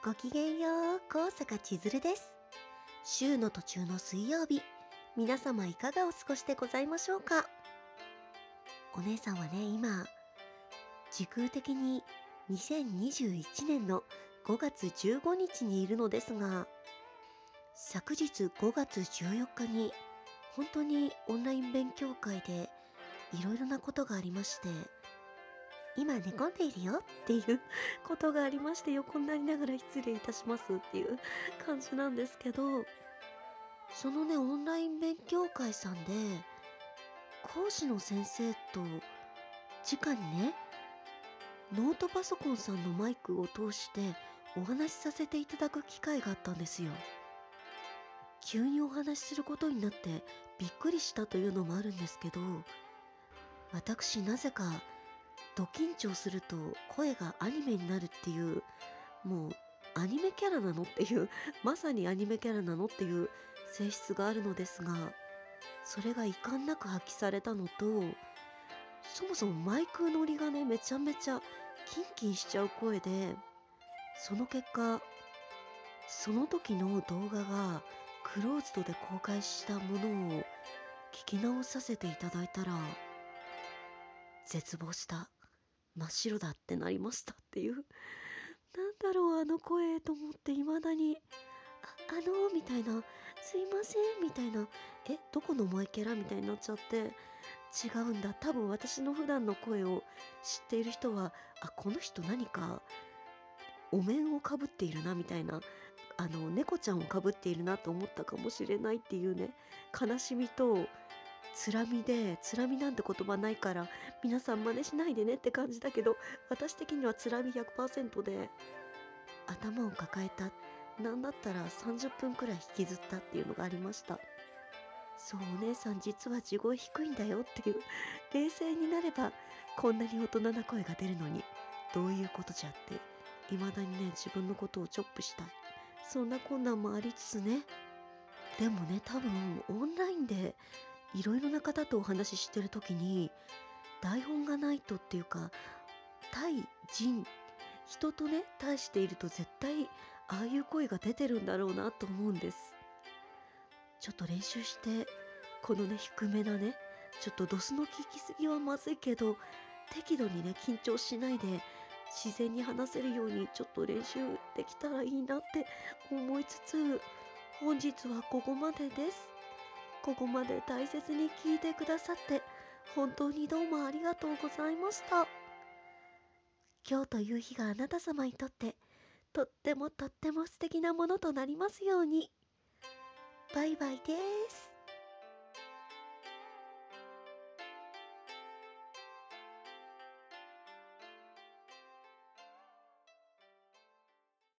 ごきげんよう、高坂千鶴です。週の途中の水曜日、皆様いかがお過ごしでございましょうか。お姉さんはね、今、時空的に2021年の5月15日にいるのですが、昨日5月14日に、本当にオンライン勉強会でいろいろなことがありまして、今寝込んでいるよっていうことがありまして、横になりながら失礼いたしますっていう感じなんですけど、そのね、オンライン勉強会さんで、講師の先生と直にね、ノートパソコンさんのマイクを通してお話しさせていただく機会があったんですよ。急にお話しすることになってびっくりしたというのもあるんですけど、私なぜかド緊張すると声がアニメになるっていう、もうアニメキャラなのっていう、まさにアニメキャラなのっていう性質があるのですが、それが遺憾なく発揮されたのと、そもそもマイク乗りがね、めちゃめちゃキンキンしちゃう声で、その結果、その時の動画がクローズドで公開したものを聞き直させていただいたら、絶望した。真っ白だってなりましたっていう。なんだろう、あの声と思って未だに、みたいな、すいません、みたいな、どこのマイキャラみたいになっちゃって、違うんだ。多分私の普段の声を知っている人は、この人何かお面をかぶっているな、みたいな、猫ちゃんをかぶっているなと思ったかもしれないっていうね、悲しみと、つらみで、つらみなんて言葉ないから、皆さん真似しないでねって感じだけど、私的にはつらみ100%で、頭を抱えた。なんだったら30分くらい引きずったっていうのがありました。そう、お姉さん実は地声低いんだよっていう。冷静になれば、こんなに大人な声が出るのに、どういうことじゃって、未だにね、自分のことをチョップしたい。そんな困難もありつつね。でもね、多分、オンラインで、いろいろな方とお話ししてる時に、台本がないとっていうか、対人、人とね、対していると絶対、ああいう声が出てるんだろうなと思うんです。ちょっと練習して、このね、低めなね、ちょっとドスの効きすぎはまずいけど、適度にね、緊張しないで、自然に話せるようにちょっと練習できたらいいなって思いつつ、本日はここまでです。ここまで大切に聞いてくださって、本当にどうもありがとうございました。今日という日があなた様にとって、とってもとっても素敵なものとなりますように。バイバイです。